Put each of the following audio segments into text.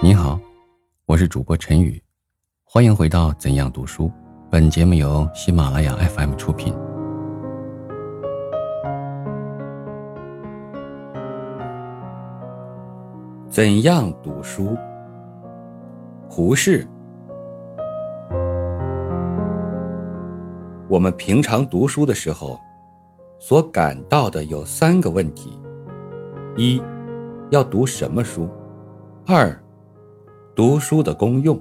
你好，我是主播陈宇，欢迎回到怎样读书。本节目由喜马拉雅 FM 出品。怎样读书？胡适。我们平常读书的时候，所感到的有3个问题：一，要读什么书；2，读书的功用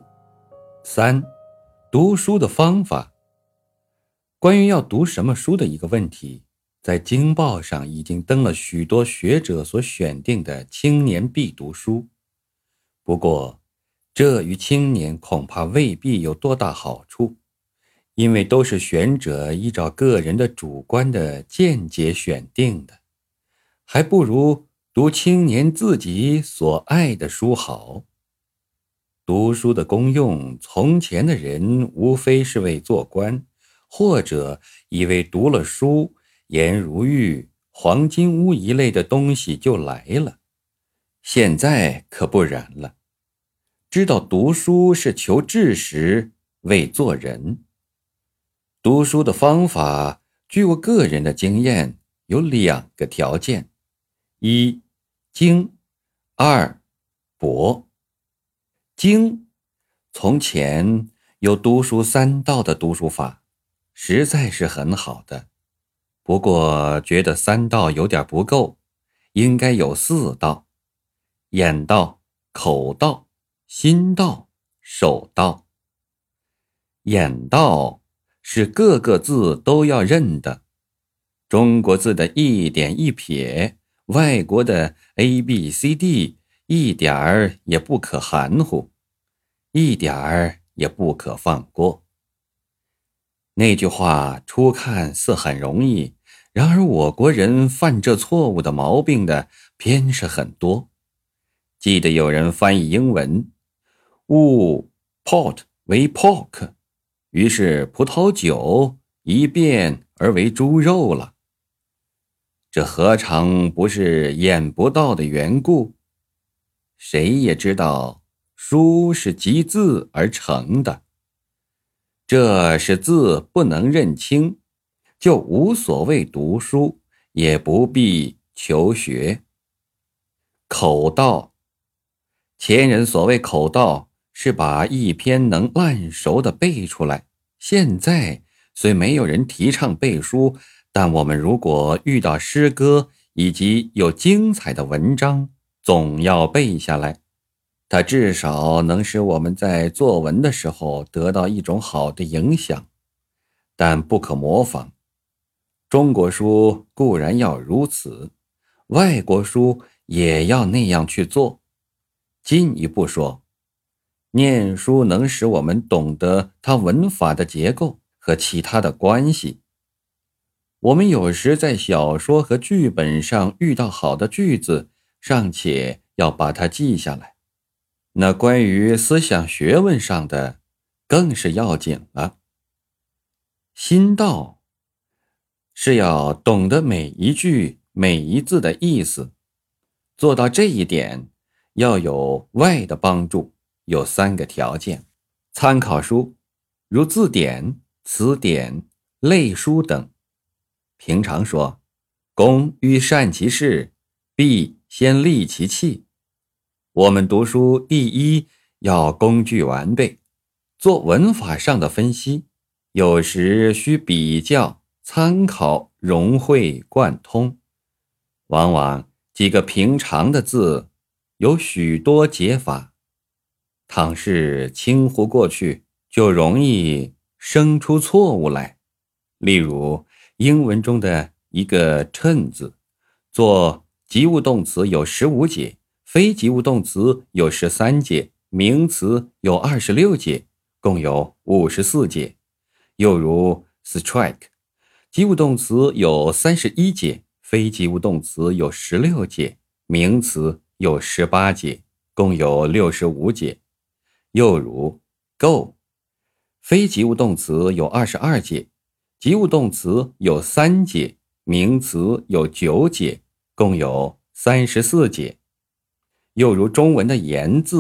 ；3，读书的方法。关于要读什么书的一个问题，在京报上已经登了许多学者所选定的青年必读书。不过，这与青年恐怕未必有多大好处，因为都是选者依照个人的主观的见解选定的，还不如读青年自己所爱的书好。读书的功用，从前的人无非是为做官，或者以为读了书，颜如玉、黄金屋一类的东西就来了。现在可不然了，知道读书是求知识，为做人。读书的方法，据我个人的经验，有2个条件：一，精；2，博。精，从前有读书3道的读书法，实在是很好的。不过觉得3道有点不够，应该有4道：眼道、口道、心道、手道。眼道是各个字都要认的，中国字的一点一撇，外国的 ABCD 一点儿也不可含糊，一点儿也不可放过。那句话初看似很容易，然而我国人犯这错误的毛病的偏是很多。记得有人翻译英文，误 pot 为 pork， 于是葡萄酒一变而为猪肉了。这何尝不是眼不到的缘故？谁也知道书是集字而成的，这是字不能认清，就无所谓读书，也不必求学。口道，前人所谓口道，是把一篇能烂熟的背出来。现在虽没有人提倡背书，但我们如果遇到诗歌以及有精彩的文章，总要背下来。它至少能使我们在作文的时候得到一种好的影响，但不可模仿。中国书固然要如此，外国书也要那样去做。进一步说，念书能使我们懂得它文法的结构和其他的关系。我们有时在小说和剧本上遇到好的句子，尚且要把它记下来。那关于思想学问上的，更是要紧了。心道是要懂得每一句每一字的意思，做到这一点，要有外的帮助，有3个条件：参考书，如字典、词典、类书等。平常说，工欲善其事，必先利其器。我们读书第一要工具完备，做文法上的分析，有时需比较、参考、融会贯通。往往几个平常的字有许多解法，倘是轻忽过去，就容易生出错误来。例如英文中的一个 turn 字，做及物动词有15节，非及物动词有13节，名词有26节，共有54节。又如 strike， 及物动词有31节，非及物动词有16节，名词有18节，共有65节。又如 go， 非及物动词有22节，及物动词有3节，名词有9节，共有34节。又如中文的言字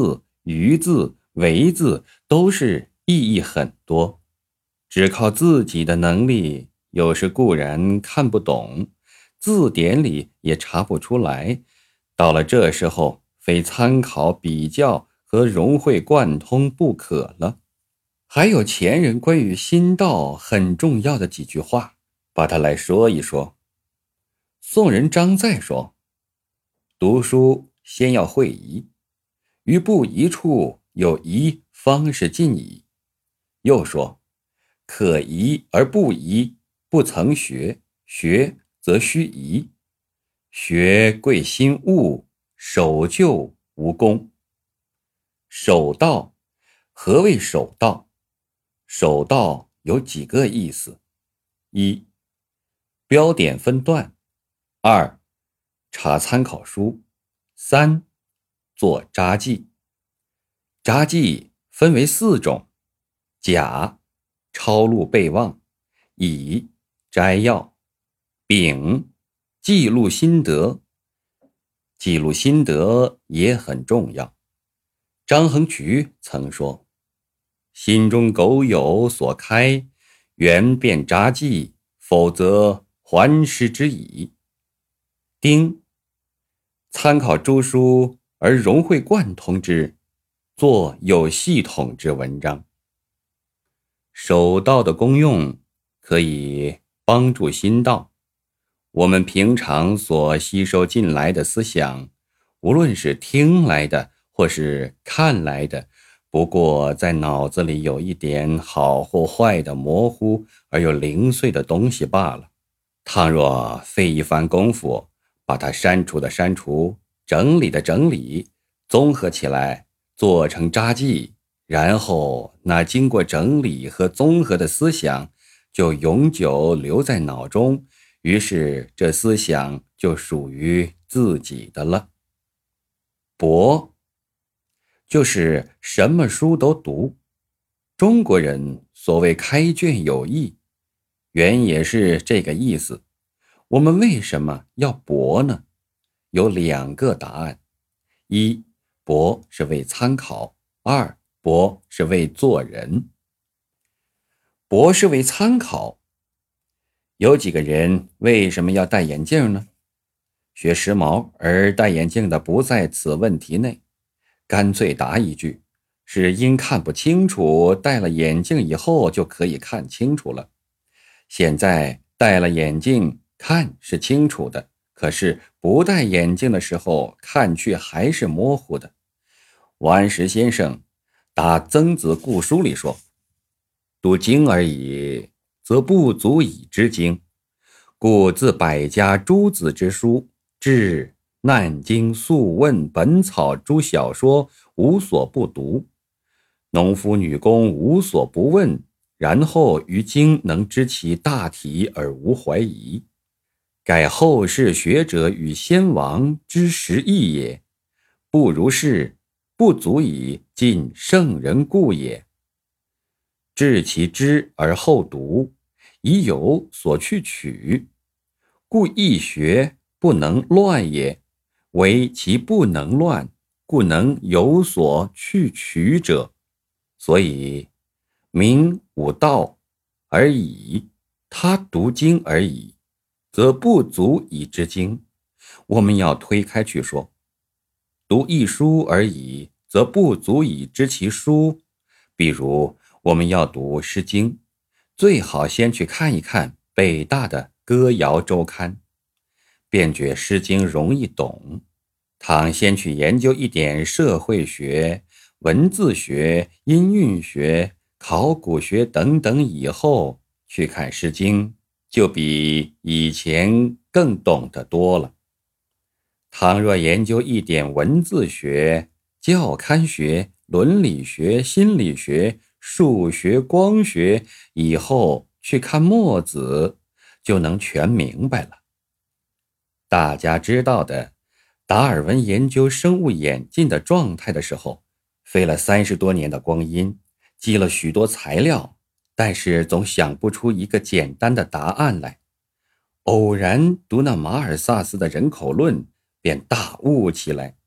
于字、为字都是意义很多，只靠自己的能力，有时固然看不懂，字典里也查不出来。到了这时候，非参考比较和融会贯通不可了。还有前人关于心道很重要的几句话，把它来说一说。宋人张载说：读书先要会宜，于不宜处有宜方是尽矣。又说：可宜而不宜，不曾学，学则须宜。学贵心物，守旧无功。守道，何谓守道？守道有几个意思：一、标点分段；二、查参考书；三、做札记。札记分为4种：甲、抄录备忘；乙、摘要；丙、记录心得。记录心得也很重要。张衡渠曾说：心中苟有所开，原便札记，否则还失之矣。丁、参考诸书而融会贯通之，作有系统之文章。守道的功用可以帮助心道。我们平常所吸收进来的思想，无论是听来的或是看来的，不过在脑子里有一点好或坏的模糊而又零碎的东西罢了。倘若费一番功夫，把它删除的删除，整理的整理，综合起来做成札记，然后那经过整理和综合的思想就永久留在脑中，于是这思想就属于自己的了。博就是什么书都读。中国人所谓开卷有益，原也是这个意思。我们为什么要博呢？有2个答案：一、博是为参考；二、博是为做人。博是为参考。有几个人为什么要戴眼镜呢？学时髦而戴眼镜的不在此问题内，干脆答一句：是因看不清楚，戴了眼镜以后就可以看清楚了。现在戴了眼镜看是清楚的，可是不戴眼镜的时候看去还是模糊的。王安石先生答曾子固书里说：读经而已，则不足以知经，故自百家诸子之书，至难经、素问、本草诸小说，无所不读。农夫女工无所不问，然后于经能知其大体而无怀疑。盖后世学者与先王之实异也，不如是，不足以尽圣人故也。致其知而后读，以有所去取，故易学不能乱也，唯其不能乱，故能有所去取者。所以民无道而已，他读经而已，则不足以知经。我们要推开去说，读一书而已，则不足以知其书。比如我们要读《诗经》，最好先去看一看北大的歌谣周刊，便觉《诗经》容易懂。倘先去研究一点社会学、文字学、音韵学、考古学等等以后，去看《诗经》，就比以前更懂得多了。倘若研究一点文字学、教刊学、伦理学、心理学、数学、光学，以后去看墨子，就能全明白了。大家知道的，达尔文研究生物演进的状态的时候，费了30多年的光阴，积了许多材料，但是总想不出一个简单的答案来。偶然读那马尔萨斯的人口论，便大悟起来，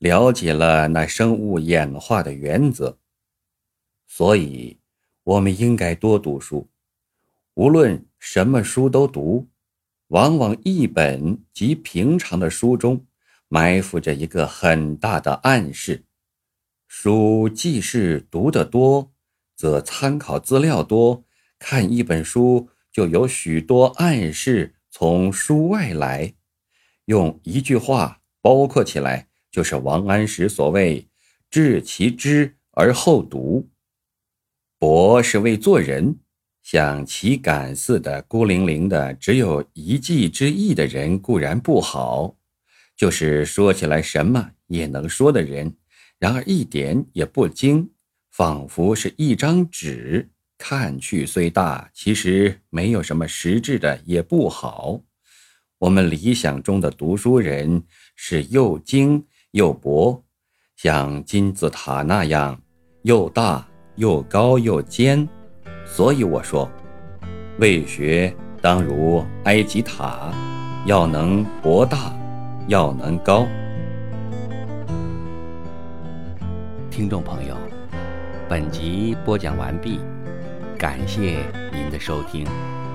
了解了那生物演化的原则。所以，我们应该多读书，无论什么书都读。往往一本极平常的书中，埋伏着一个很大的暗示。书既是读得多，则参考资料多，看一本书就有许多暗示从书外来。用一句话包括起来，就是王安石所谓致其知而后读。博是为做人，像齐感似的孤零零的只有一技之意的人固然不好，就是说起来什么也能说的人，然而一点也不精，仿佛是一张纸，看去虽大，其实没有什么实质的也不好。我们理想中的读书人是又精又博，像金字塔那样又大又高又尖。所以我说，为学当如埃及塔，要能博大，要能高。 听众朋友，本集播讲完毕，感谢您的收听。